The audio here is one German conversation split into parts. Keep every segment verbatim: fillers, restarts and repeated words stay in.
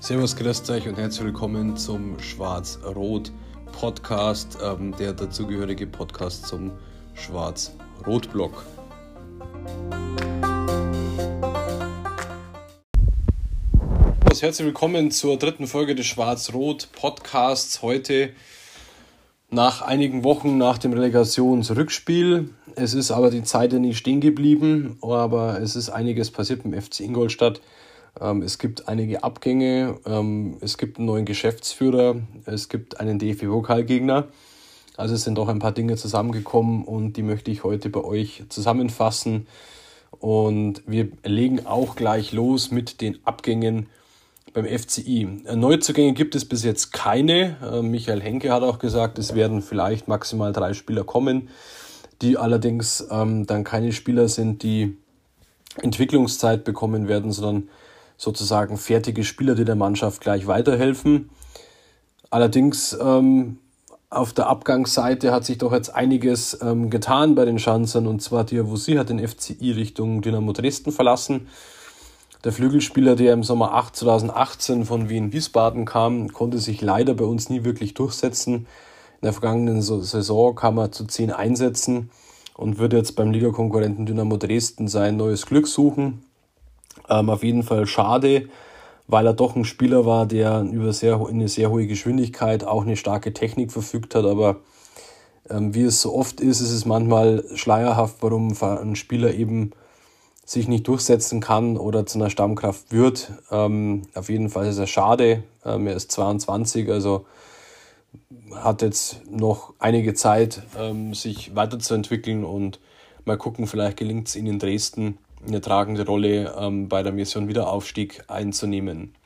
Servus, grüßt euch und herzlich willkommen zum Schwarz-Rot-Podcast, ähm, der dazugehörige Podcast zum Schwarz-Rot-Blog. Herzlich willkommen zur dritten Folge des Schwarz-Rot-Podcasts. Heute nach einigen Wochen nach dem Relegationsrückspiel. Es ist aber die Zeit ja nicht stehen geblieben, aber es ist einiges passiert beim F C Ingolstadt. Ähm, es gibt einige Abgänge, ähm, es gibt einen neuen Geschäftsführer, es gibt einen D F B-Pokalgegner. Also es sind doch ein paar Dinge zusammengekommen und die möchte ich heute bei euch zusammenfassen. Und wir legen auch gleich los mit den Abgängen beim F C I. Neuzugänge gibt es bis jetzt keine. Äh, Michael Henke hat auch gesagt, es werden vielleicht maximal drei Spieler kommen, die allerdings ähm, dann keine Spieler sind, die Entwicklungszeit bekommen werden, sondern sozusagen fertige Spieler, die der Mannschaft gleich weiterhelfen. Allerdings ähm, auf der Abgangsseite hat sich doch jetzt einiges ähm, getan bei den Schanzern, und zwar Diawusi hat den F C I Richtung Dynamo Dresden verlassen. Der Flügelspieler, der im Sommer zweitausendachtzehn von Wien Wiesbaden kam, konnte sich leider bei uns nie wirklich durchsetzen. In der vergangenen Saison kam er zu zehn Einsätzen und wird jetzt beim Ligakonkurrenten Dynamo Dresden sein neues Glück suchen. Ähm, auf jeden Fall schade, weil er doch ein Spieler war, der über sehr, eine sehr hohe Geschwindigkeit, auch eine starke Technik verfügt hat. Aber ähm, wie es so oft ist, ist es manchmal schleierhaft, warum ein Spieler eben sich nicht durchsetzen kann oder zu einer Stammkraft wird. Ähm, auf jeden Fall ist er schade. Ähm, er ist zweiundzwanzig, also hat jetzt noch einige Zeit, ähm, sich weiterzuentwickeln, und mal gucken, vielleicht gelingt es ihm in Dresden, eine tragende Rolle ähm, bei der Mission Wiederaufstieg einzunehmen.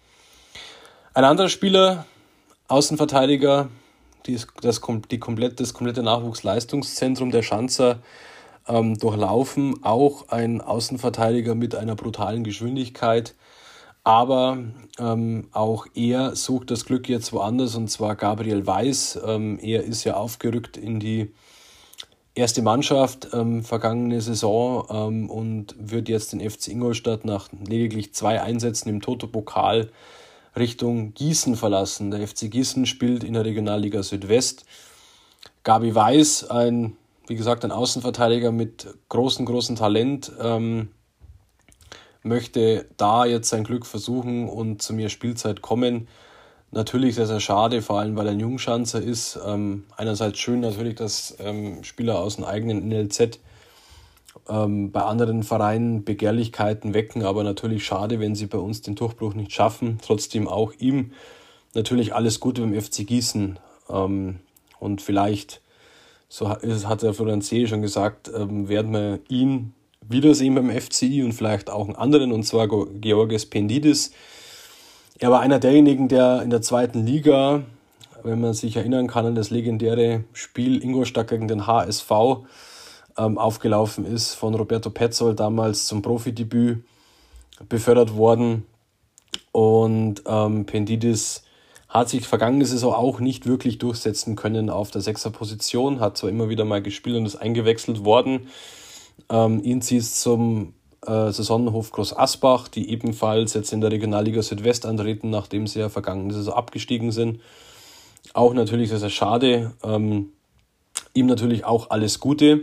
Ein anderer Spieler, Außenverteidiger, die ist, das, die komplett, das komplette Nachwuchsleistungszentrum der Schanzer ähm, durchlaufen, auch ein Außenverteidiger mit einer brutalen Geschwindigkeit, aber ähm, auch er sucht das Glück jetzt woanders, und zwar Gabriel Weiß. Ähm, er ist ja aufgerückt in die erste Mannschaft ähm, vergangene Saison ähm, und wird jetzt den F C Ingolstadt nach lediglich zwei Einsätzen im Toto-Pokal Richtung Gießen verlassen. Der F C Gießen spielt in der Regionalliga Südwest. Gabi Weiß, ein, wie gesagt, ein Außenverteidiger mit großem, großem Talent, ähm, möchte da jetzt sein Glück versuchen und zu mehr Spielzeit kommen. Natürlich sehr, sehr schade, vor allem weil er ein Jungschanzer ist. Ähm, einerseits schön natürlich, dass ähm, Spieler aus dem eigenen N L Z ähm, bei anderen Vereinen Begehrlichkeiten wecken, aber natürlich schade, wenn sie bei uns den Durchbruch nicht schaffen. Trotzdem auch ihm natürlich alles Gute beim F C Gießen. Ähm, und vielleicht, so hat der Florian Zehe schon gesagt, ähm, werden wir ihn wiedersehen beim F C I und vielleicht auch einen anderen, und zwar Georges Pendidis. Er war einer derjenigen, der in der zweiten Liga, wenn man sich erinnern kann an das legendäre Spiel Ingolstadt gegen den H S V, ähm, aufgelaufen ist, von Roberto Petzold damals zum Profidebüt befördert worden. Und ähm, Pendidis hat sich vergangene Saison auch nicht wirklich durchsetzen können auf der Sechserposition, hat zwar immer wieder mal gespielt und ist eingewechselt worden. Ähm, ihn zieht es zum äh, Saisonhof Groß Asbach, die ebenfalls jetzt in der Regionalliga Südwest antreten, nachdem sie ja vergangene Saison abgestiegen sind. Auch natürlich sehr, sehr schade. Ähm, ihm natürlich auch alles Gute.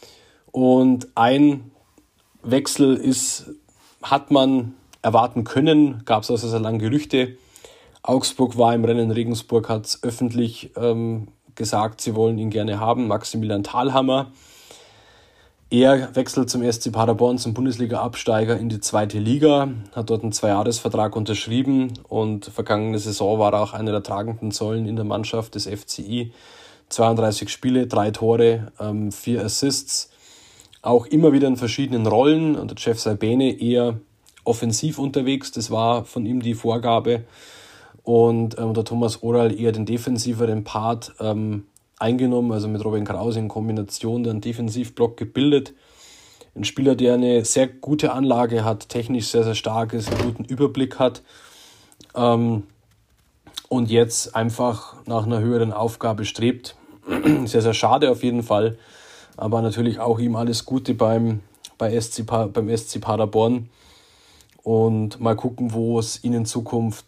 Und ein Wechsel ist, hat man erwarten können, gab es also sehr lange Gerüchte. Augsburg war im Rennen, Regensburg hat es öffentlich ähm, gesagt, sie wollen ihn gerne haben, Maximilian Thalhammer. Er wechselt zum S C Paderborn, zum Bundesliga-Absteiger in die zweite Liga, hat dort einen Zweijahresvertrag unterschrieben, und vergangene Saison war er auch einer der tragenden Säulen in der Mannschaft des F C I. zweiunddreißig Spiele, drei Tore, ähm, vier Assists, auch immer wieder in verschiedenen Rollen, und der Jeff Saibene eher offensiv unterwegs, das war von ihm die Vorgabe, und ähm, der Thomas Oral eher den defensiveren Part ähm, eingenommen, also mit Robin Krause in Kombination den Defensivblock gebildet. Ein Spieler, der eine sehr gute Anlage hat, technisch sehr, sehr stark ist, einen guten Überblick hat ähm, und jetzt einfach nach einer höheren Aufgabe strebt. Sehr, sehr schade auf jeden Fall, aber natürlich auch ihm alles Gute beim, bei S C, beim S C Paderborn, und mal gucken, wo es ihn in Zukunft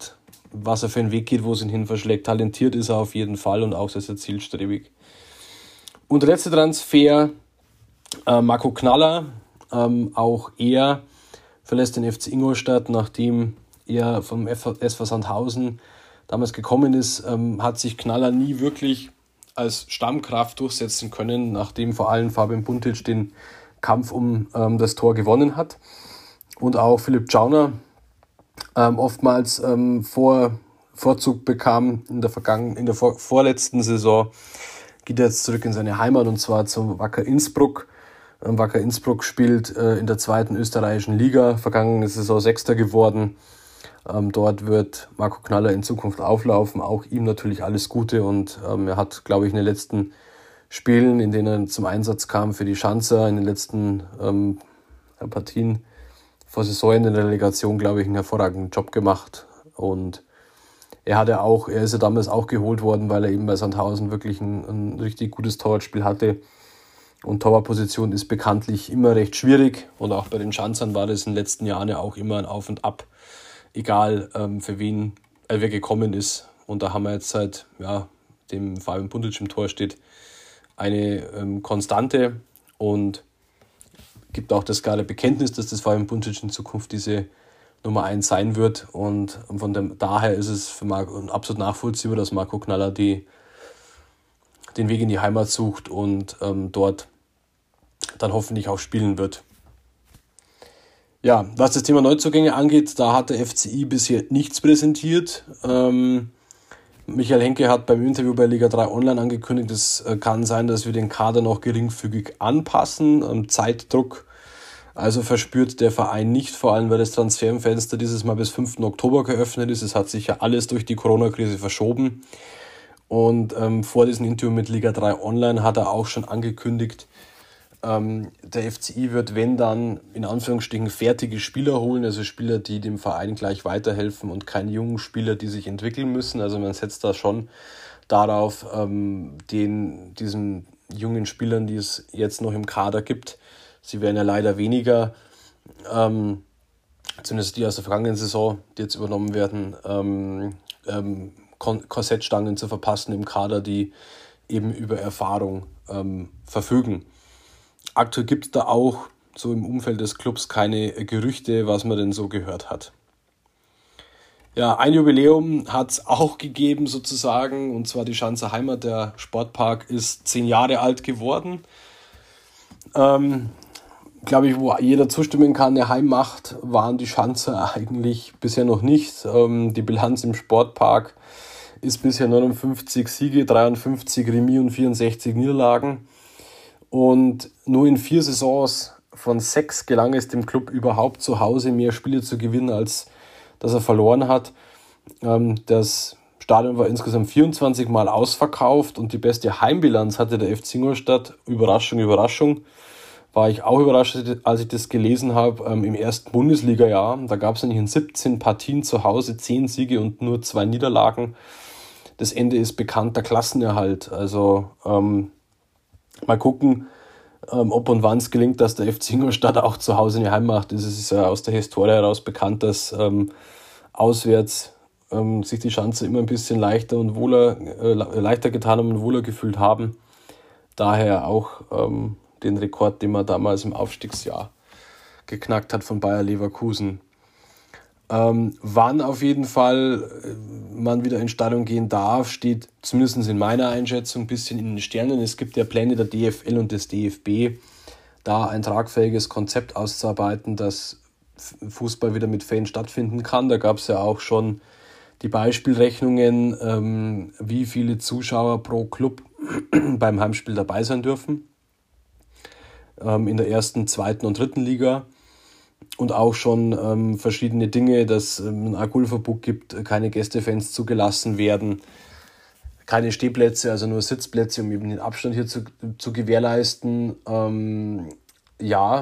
was er für einen Weg geht, wo es ihn hin verschlägt. Talentiert ist er auf jeden Fall und auch sehr, sehr zielstrebig. Und der letzte Transfer, äh, Marco Knaller, ähm, auch er verlässt den F C Ingolstadt, nachdem er vom S V Sandhausen damals gekommen ist, ähm, hat sich Knaller nie wirklich als Stammkraft durchsetzen können, nachdem vor allem Fabian Buntic den Kampf um ähm, das Tor gewonnen hat. Und auch Philipp Tschauner ähm, oftmals ähm, vor, Vorzug bekam in der, vergangenen, in der vor, vorletzten Saison, geht er jetzt zurück in seine Heimat und zwar zum Wacker Innsbruck. Ähm, Wacker Innsbruck spielt äh, in der zweiten österreichischen Liga, vergangene Saison Sechster geworden. Ähm, dort wird Marco Knaller in Zukunft auflaufen, auch ihm natürlich alles Gute und ähm, er hat, glaube ich, in den letzten Spielen, in denen er zum Einsatz kam für die Schanzer, in den letzten ähm, Partien vor Saison in der Relegation, glaube ich, einen hervorragenden Job gemacht und er hatte auch, er ist ja damals auch geholt worden, weil er eben bei Sandhausen wirklich ein, ein richtig gutes Torwartspiel hatte. Und Torwartposition ist bekanntlich immer recht schwierig. Und auch bei den Schanzern war das in den letzten Jahren ja auch immer ein Auf und Ab. Egal ähm, für wen äh, wer gekommen ist. Und da haben wir jetzt seit ja, dem Fabian Buntic im Tor steht eine ähm, Konstante. Und gibt auch das klare Bekenntnis, dass das Fabian Buntic in Zukunft diese Nummer eins sein wird und von dem, daher ist es für Marco absolut nachvollziehbar, dass Marco Knaller die, den Weg in die Heimat sucht und ähm, dort dann hoffentlich auch spielen wird. Ja, was das Thema Neuzugänge angeht, da hat der F C I bisher nichts präsentiert. Ähm, Michael Henke hat beim Interview bei Liga drei Online angekündigt, es äh, kann sein, dass wir den Kader noch geringfügig anpassen, ähm, Zeitdruck. Also verspürt der Verein nicht, vor allem weil das Transferfenster dieses Mal bis fünften Oktober geöffnet ist. Es hat sich ja alles durch die Corona-Krise verschoben. Und ähm, vor diesem Interview mit Liga drei Online hat er auch schon angekündigt, ähm, der F C I wird, wenn dann, in Anführungsstrichen fertige Spieler holen, also Spieler, die dem Verein gleich weiterhelfen und keine jungen Spieler, die sich entwickeln müssen. Also man setzt da schon darauf, ähm, den, diesen jungen Spielern, die es jetzt noch im Kader gibt, sie werden ja leider weniger, ähm, zumindest die aus der vergangenen Saison, die jetzt übernommen werden, ähm, ähm, Korsettstangen zu verpassen im Kader, die eben über Erfahrung ähm, verfügen. Aktuell gibt es da auch so im Umfeld des Clubs keine Gerüchte, was man denn so gehört hat. Ja, ein Jubiläum hat es auch gegeben sozusagen, und zwar die Schanzer Heimat. Der Sportpark ist zehn Jahre alt geworden. Ähm, glaube ich, wo jeder zustimmen kann, eine Heimmacht waren die Schanzer eigentlich bisher noch nicht. Ähm, die Bilanz im Sportpark ist bisher neunundfünfzig Siege, dreiundfünfzig Remis und vierundsechzig Niederlagen. Und nur in vier Saisons von sechs gelang es dem Club überhaupt zu Hause mehr Spiele zu gewinnen, als dass er verloren hat. Ähm, das Stadion war insgesamt vierundzwanzig Mal ausverkauft und die beste Heimbilanz hatte der F C Ingolstadt. Überraschung, Überraschung. War ich auch überrascht, als ich das gelesen habe, ähm, im ersten Bundesliga-Jahr. Da gab es nämlich in siebzehn Partien zu Hause zehn Siege und nur zwei Niederlagen. Das Ende ist bekannt, der Klassenerhalt. Also ähm, mal gucken, ähm, ob und wann es gelingt, dass der F C Ingolstadt auch zu Hause eine Heimmacht ist. Es ist ja aus der Historie heraus bekannt, dass ähm, auswärts ähm, sich die Schanze immer ein bisschen leichter und wohler, äh, leichter getan haben und wohler gefühlt haben. Daher auch ähm, den Rekord, den man damals im Aufstiegsjahr geknackt hat von Bayer Leverkusen. Ähm, wann auf jeden Fall man wieder in Stadion gehen darf, steht zumindest in meiner Einschätzung ein bisschen in den Sternen. Es gibt ja Pläne der D F L und des D F B, da ein tragfähiges Konzept auszuarbeiten, dass Fußball wieder mit Fans stattfinden kann. Da gab es ja auch schon die Beispielrechnungen, ähm, wie viele Zuschauer pro Club beim Heimspiel dabei sein dürfen. In der ersten, zweiten und dritten Liga und auch schon ähm, verschiedene Dinge, dass es ähm, ein Alkoholverbot gibt, keine Gästefans zugelassen werden, keine Stehplätze, also nur Sitzplätze, um eben den Abstand hier zu, zu gewährleisten. Ähm, ja,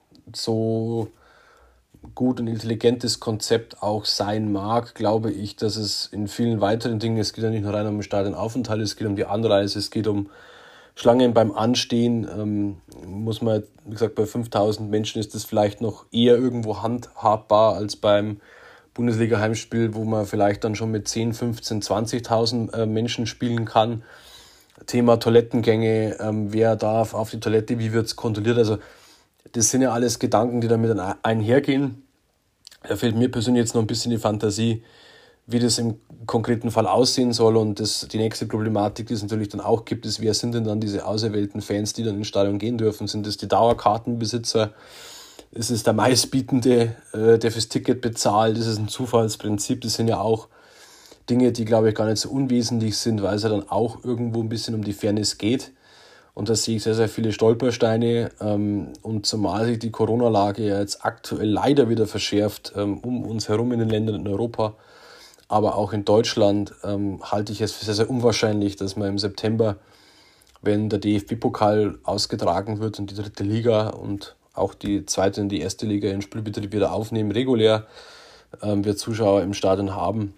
so gut und intelligentes Konzept auch sein mag, glaube ich, dass es in vielen weiteren Dingen, es geht ja nicht nur rein um den Stadionaufenthalt, es geht um die Anreise, es geht um Schlangen beim Anstehen, ähm, muss man, wie gesagt, bei fünftausend Menschen ist das vielleicht noch eher irgendwo handhabbar als beim Bundesliga-Heimspiel, wo man vielleicht dann schon mit zehn, fünfzehn, zwanzigtausend äh, Menschen spielen kann. Thema Toilettengänge, ähm, wer darf auf die Toilette, wie wird es kontrolliert. Also das sind ja alles Gedanken, die damit einhergehen. Da fehlt mir persönlich jetzt noch ein bisschen die Fantasie, wie das im konkreten Fall aussehen soll. Und das, die nächste Problematik, die es natürlich dann auch gibt, ist, wer sind denn dann diese auserwählten Fans, die dann ins Stadion gehen dürfen? Sind es die Dauerkartenbesitzer? Ist es der Meistbietende, äh, der fürs Ticket bezahlt? Ist es ein Zufallsprinzip? Das sind ja auch Dinge, die, glaube ich, gar nicht so unwesentlich sind, weil es ja dann auch irgendwo ein bisschen um die Fairness geht. Und da sehe ich sehr, sehr viele Stolpersteine. Ähm, und zumal sich die Corona-Lage ja jetzt aktuell leider wieder verschärft, ähm, um uns herum in den Ländern in Europa, aber auch in Deutschland, ähm, halte ich es für sehr, sehr unwahrscheinlich, dass man im September, wenn der D F B-Pokal ausgetragen wird und die dritte Liga und auch die zweite und die erste Liga ihren Spielbetrieb wieder aufnehmen, regulär, ähm, wir Zuschauer im Stadion haben.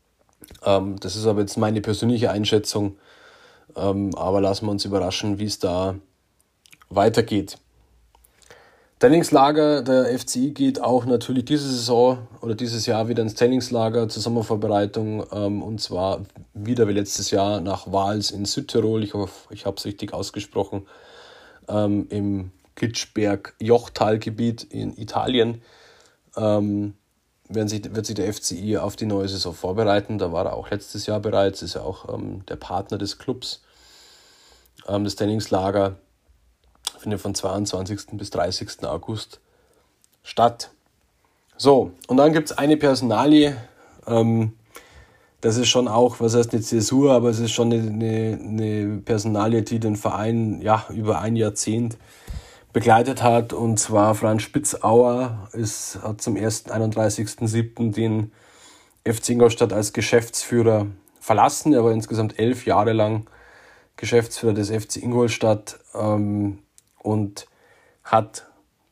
Ähm, das ist aber jetzt meine persönliche Einschätzung, ähm, aber lassen wir uns überraschen, wie es da weitergeht. Trainingslager, der F C I geht auch natürlich diese Saison oder dieses Jahr wieder ins Trainingslager zur Sommervorbereitung, ähm, und zwar wieder wie letztes Jahr nach Vals in Südtirol. Ich hoffe, ich habe es richtig ausgesprochen, ähm, im Kitschberg-Jochtal-Gebiet in Italien. Ähm, werden sich, wird sich der F C I auf die neue Saison vorbereiten. Da war er auch letztes Jahr bereits, ist ja auch ähm, der Partner des Clubs. Ähm, das Trainingslager findet von zweiundzwanzigsten bis dreißigsten August statt. So, und dann gibt es eine Personalie, ähm, das ist schon auch, was heißt eine Zäsur, aber es ist schon eine, eine, eine Personalie, die den Verein ja über ein Jahrzehnt begleitet hat, und zwar Franz Spitzauer ist, hat zum ersten einunddreißigsten siebten den F C Ingolstadt als Geschäftsführer verlassen. Er war insgesamt elf Jahre lang Geschäftsführer des F C Ingolstadt, ähm, und hat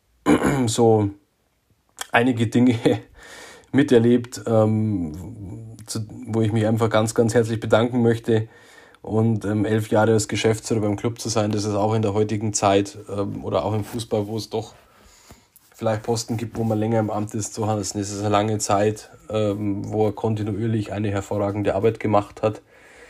so einige Dinge miterlebt, ähm, zu, wo ich mich einfach ganz, ganz herzlich bedanken möchte. Und ähm, elf Jahre als Geschäftsführer beim Club zu sein, das ist auch in der heutigen Zeit ähm, oder auch im Fußball, wo es doch vielleicht Posten gibt, wo man länger im Amt ist, so Hannes, das ist eine lange Zeit, ähm, wo er kontinuierlich eine hervorragende Arbeit gemacht hat.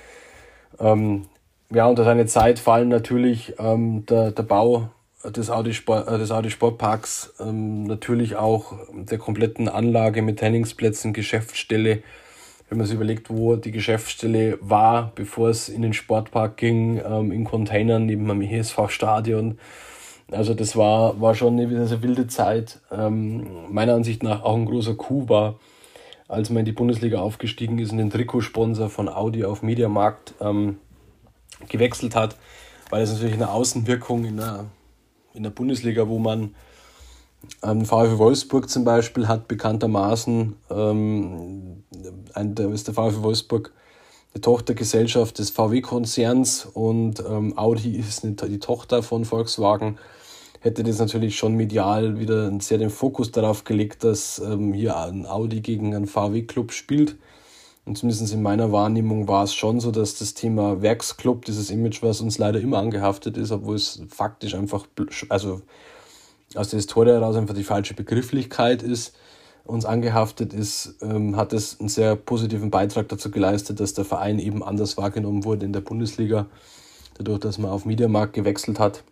Ähm, ja, unter seine Zeit fallen natürlich ähm, der, der Bau des Audi, Sport, äh, des Audi Sportparks, ähm, natürlich auch der kompletten Anlage mit Trainingsplätzen, Geschäftsstelle. Wenn man sich überlegt, wo die Geschäftsstelle war, bevor es in den Sportpark ging, ähm, in Containern neben dem E S V-Stadion. Also das war, war schon eine sehr wilde Zeit. Ähm, meiner Ansicht nach auch ein großer Coup war, als man in die Bundesliga aufgestiegen ist und den Trikotsponsor von Audi auf Mediamarkt ähm, gewechselt hat, weil es natürlich eine Außenwirkung in der, in der Bundesliga, wo man Ähm, VfL Wolfsburg zum Beispiel hat bekanntermaßen, ähm, ein, da ist der VfL Wolfsburg eine Tochtergesellschaft des V W-Konzerns und ähm, Audi ist eine, die Tochter von Volkswagen, hätte das natürlich schon medial wieder sehr den Fokus darauf gelegt, dass ähm, hier ein Audi gegen einen V W-Club spielt. Und zumindest in meiner Wahrnehmung war es schon so, dass das Thema Werksclub, dieses Image, was uns leider immer angehaftet ist, obwohl es faktisch einfach, also aus der Historie heraus einfach die falsche Begrifflichkeit ist, uns angehaftet ist, ähm, hat es einen sehr positiven Beitrag dazu geleistet, dass der Verein eben anders wahrgenommen wurde in der Bundesliga, dadurch, dass man auf Mediamarkt gewechselt hat.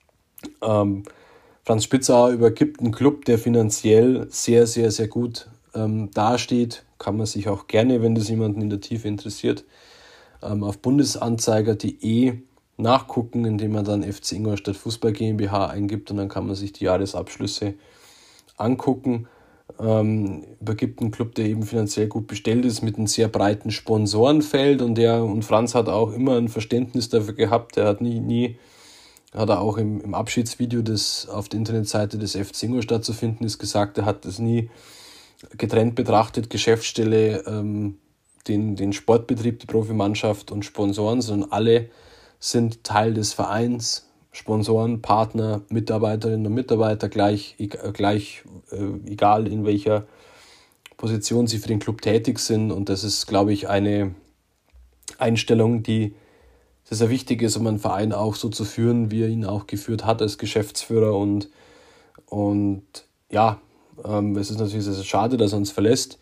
Ähm, Franz Spitzauer übergibt einen Club, der finanziell sehr, sehr, sehr gut ähm, dasteht. Kann man sich auch gerne, wenn das jemanden in der Tiefe interessiert, ähm, auf bundesanzeiger punkt de nachgucken, indem man dann F C Ingolstadt Fußball GmbH eingibt, und dann kann man sich die Jahresabschlüsse angucken. Ähm, übergibt einen Club, der eben finanziell gut bestellt ist, mit einem sehr breiten Sponsorenfeld, und der und Franz hat auch immer ein Verständnis dafür gehabt. Er hat nie, nie, hat er auch im, im Abschiedsvideo, das auf der Internetseite des F C Ingolstadt zu finden ist, gesagt, er hat das nie getrennt betrachtet, Geschäftsstelle, ähm, den, den Sportbetrieb, die Profimannschaft und Sponsoren, sondern alle sind Teil des Vereins, Sponsoren, Partner, Mitarbeiterinnen und Mitarbeiter, gleich, gleich äh, egal in welcher Position sie für den Club tätig sind. Und das ist, glaube ich, eine Einstellung, die sehr, sehr wichtig ist, um einen Verein auch so zu führen, wie er ihn auch geführt hat als Geschäftsführer. Und, und ja, ähm, es ist natürlich sehr, sehr schade, dass er uns verlässt.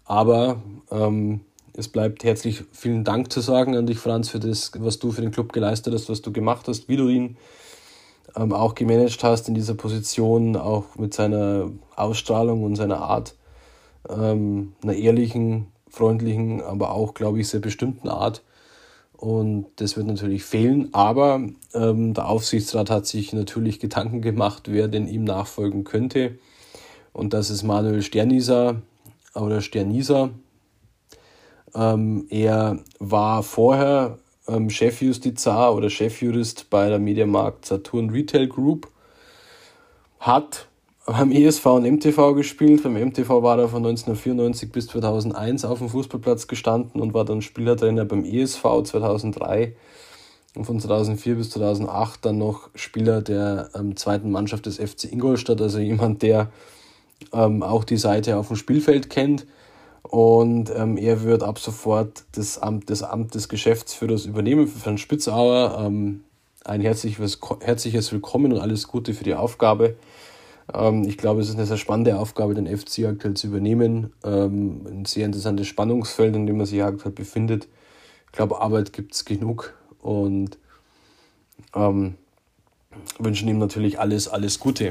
Aber ähm, es bleibt herzlich vielen Dank zu sagen an dich, Franz, für das, was du für den Club geleistet hast, was du gemacht hast, wie du ihn ähm, auch gemanagt hast in dieser Position, auch mit seiner Ausstrahlung und seiner Art, ähm, einer ehrlichen, freundlichen, aber auch, glaube ich, sehr bestimmten Art. Und das wird natürlich fehlen, aber ähm, der Aufsichtsrat hat sich natürlich Gedanken gemacht, wer denn ihm nachfolgen könnte. Und das ist Manuel Sternieser oder Sternieser. Ähm, er war vorher ähm, Chefjustizar oder Chefjurist bei der Mediamarkt Saturn Retail Group, hat beim E S V und M T V gespielt. Beim M T V war er von neunzehnhundertvierundneunzig bis zweitausendeins auf dem Fußballplatz gestanden und war dann Spielertrainer beim E S V zweitausenddrei und von zweitausendvier bis zweitausendacht dann noch Spieler der ähm, zweiten Mannschaft des F C Ingolstadt, also jemand, der ähm, auch die Seite auf dem Spielfeld kennt. Und ähm, er wird ab sofort das Amt, das Amt des Geschäftsführers übernehmen für Franz Spitzauer. Ähm, ein herzliches, herzliches Willkommen und alles Gute für die Aufgabe. Ähm, ich glaube, es ist eine sehr spannende Aufgabe, den F C aktuell zu übernehmen. Ähm, ein sehr interessantes Spannungsfeld, in dem man sich aktuell befindet. Ich glaube, Arbeit gibt es genug und ähm, wünschen ihm natürlich alles, alles Gute.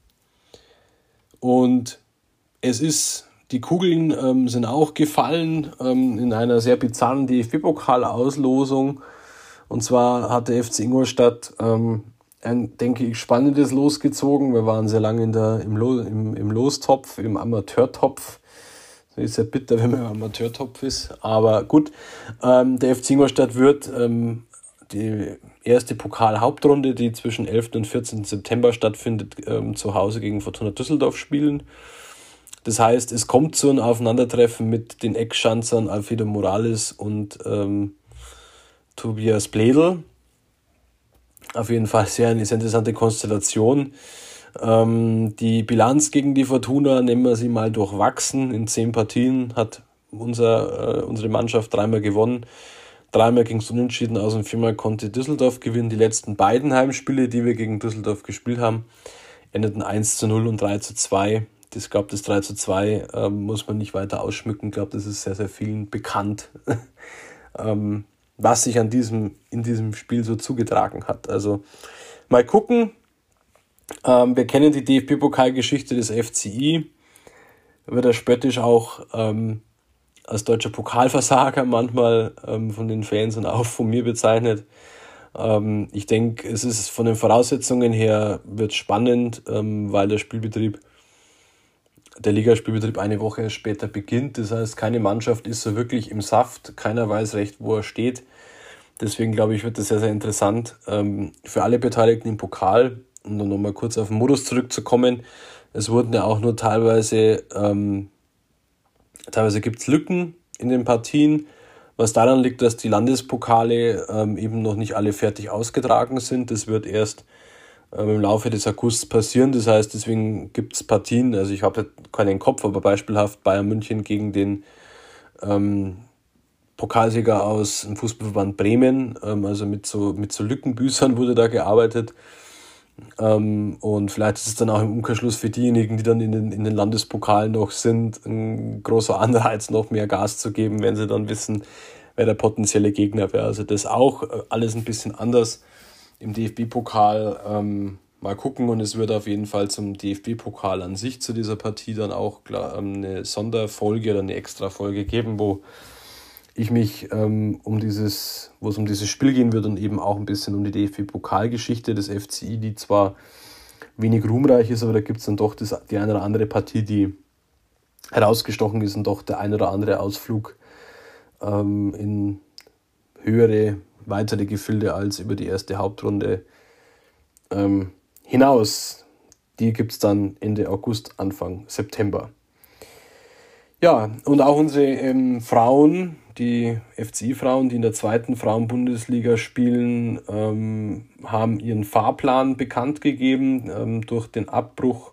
Und es ist, die Kugeln ähm, sind auch gefallen ähm, in einer sehr bizarren D F B-Pokal-Auslosung. Und zwar hat der F C Ingolstadt ähm, ein, denke ich, spannendes Los gezogen. Wir waren sehr lange in der, im, Lo, im, im Lostopf, im Amateurtopf. Das ist ja bitter, wenn man im Amateurtopf ist. Aber gut, ähm, der F C Ingolstadt wird ähm, die erste Pokal-Hauptrunde, die zwischen elften und vierzehnten September stattfindet, ähm, zu Hause gegen Fortuna Düsseldorf spielen. Das heißt, es kommt zu einem Aufeinandertreffen mit den Eckschanzern Alfredo Morales und ähm, Tobias Bledel. Auf jeden Fall sehr eine sehr interessante Konstellation. Ähm, die Bilanz gegen die Fortuna, nennen wir sie mal durchwachsen. In zehn Partien hat unser, äh, unsere Mannschaft dreimal gewonnen. Dreimal ging es unentschieden aus und viermal konnte Düsseldorf gewinnen. Die letzten beiden Heimspiele, die wir gegen Düsseldorf gespielt haben, endeten eins zu null und drei zu zwei. Ich glaube, das drei zu zwei ähm, muss man nicht weiter ausschmücken. Ich glaube, das ist sehr, sehr vielen bekannt, ähm, was sich an diesem, in diesem Spiel so zugetragen hat. Also mal gucken. Ähm, wir kennen die D F B-Pokalgeschichte des F C I. Wird er spöttisch auch ähm, als deutscher Pokalversager manchmal ähm, von den Fans und auch von mir bezeichnet. Ähm, ich denke, es ist von den Voraussetzungen her wird spannend, ähm, weil der Spielbetrieb der Ligaspielbetrieb eine Woche später beginnt. Das heißt, keine Mannschaft ist so wirklich im Saft. Keiner weiß recht, wo er steht. Deswegen glaube ich, wird das sehr, sehr interessant ähm, für alle Beteiligten im Pokal. Um dann nochmal kurz auf den Modus zurückzukommen. Es wurden ja auch nur teilweise, ähm, teilweise gibt es Lücken in den Partien, was daran liegt, dass die Landespokale ähm, eben noch nicht alle fertig ausgetragen sind. Das wird erst im Laufe des Augusts passieren. Das heißt, deswegen gibt es Partien, also ich habe keinen Kopf, aber beispielhaft Bayern München gegen den ähm, Pokalsieger aus dem Fußballverband Bremen, ähm, also mit so, mit so Lückenbüßern wurde da gearbeitet. Ähm, und vielleicht ist es dann auch im Umkehrschluss für diejenigen, die dann in den, in den Landespokalen noch sind, ein großer Anreiz, noch mehr Gas zu geben, wenn sie dann wissen, wer der potenzielle Gegner wäre. Also das auch äh, alles ein bisschen anders. Im D F B-Pokal ähm, mal gucken und es wird auf jeden Fall zum D F B-Pokal an sich zu dieser Partie dann auch klar, ähm, eine Sonderfolge oder eine Extra-Folge geben, wo ich mich ähm, um dieses, wo es um dieses Spiel gehen wird und eben auch ein bisschen um die D F B-Pokalgeschichte des F C I, die zwar wenig ruhmreich ist, aber da gibt es dann doch das, die eine oder andere Partie, die herausgestochen ist und doch der ein oder andere Ausflug ähm, in höhere weitere Gefilde als über die erste Hauptrunde ähm, hinaus. Die gibt es dann Ende August, Anfang September. Ja, und auch unsere ähm, Frauen, die F C I-Frauen, die in der zweiten Frauenbundesliga spielen, ähm, haben ihren Fahrplan bekannt gegeben ähm, durch den Abbruch.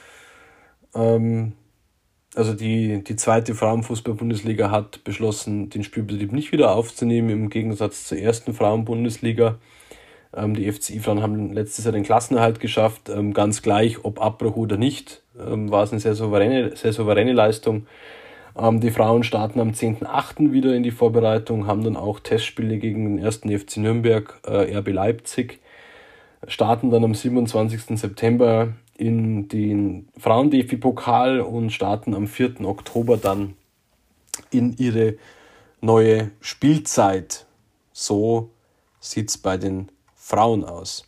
Ähm, Also die, die zweite Frauenfußball-Bundesliga hat beschlossen, den Spielbetrieb nicht wieder aufzunehmen, im Gegensatz zur ersten Frauen-Bundesliga. Ähm, die F C I-Frauen haben letztes Jahr den Klassenerhalt geschafft, ähm, ganz gleich, ob Abbruch oder nicht, ähm, war es eine sehr souveräne, sehr souveräne Leistung. Ähm, die Frauen starten am zehnten achten wieder in die Vorbereitung, haben dann auch Testspiele gegen den ersten F C Nürnberg, äh, R B Leipzig, starten dann am siebenundzwanzigsten September in den Frauen-Defi-Pokal und starten am vierten Oktober dann in ihre neue Spielzeit. So sieht es bei den Frauen aus.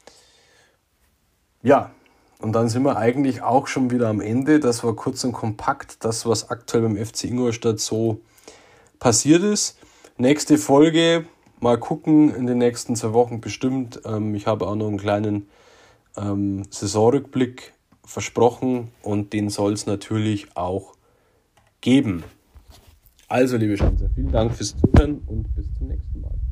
Ja, und dann sind wir eigentlich auch schon wieder am Ende. Das war kurz und kompakt, das, was aktuell beim F C Ingolstadt so passiert ist. Nächste Folge, mal gucken, in den nächsten zwei Wochen bestimmt. Ähm, ich habe auch noch einen kleinen ähm, Saisonrückblick versprochen und den soll es natürlich auch geben. Also, liebe Schanzer, vielen Dank fürs Zuhören und bis zum nächsten Mal.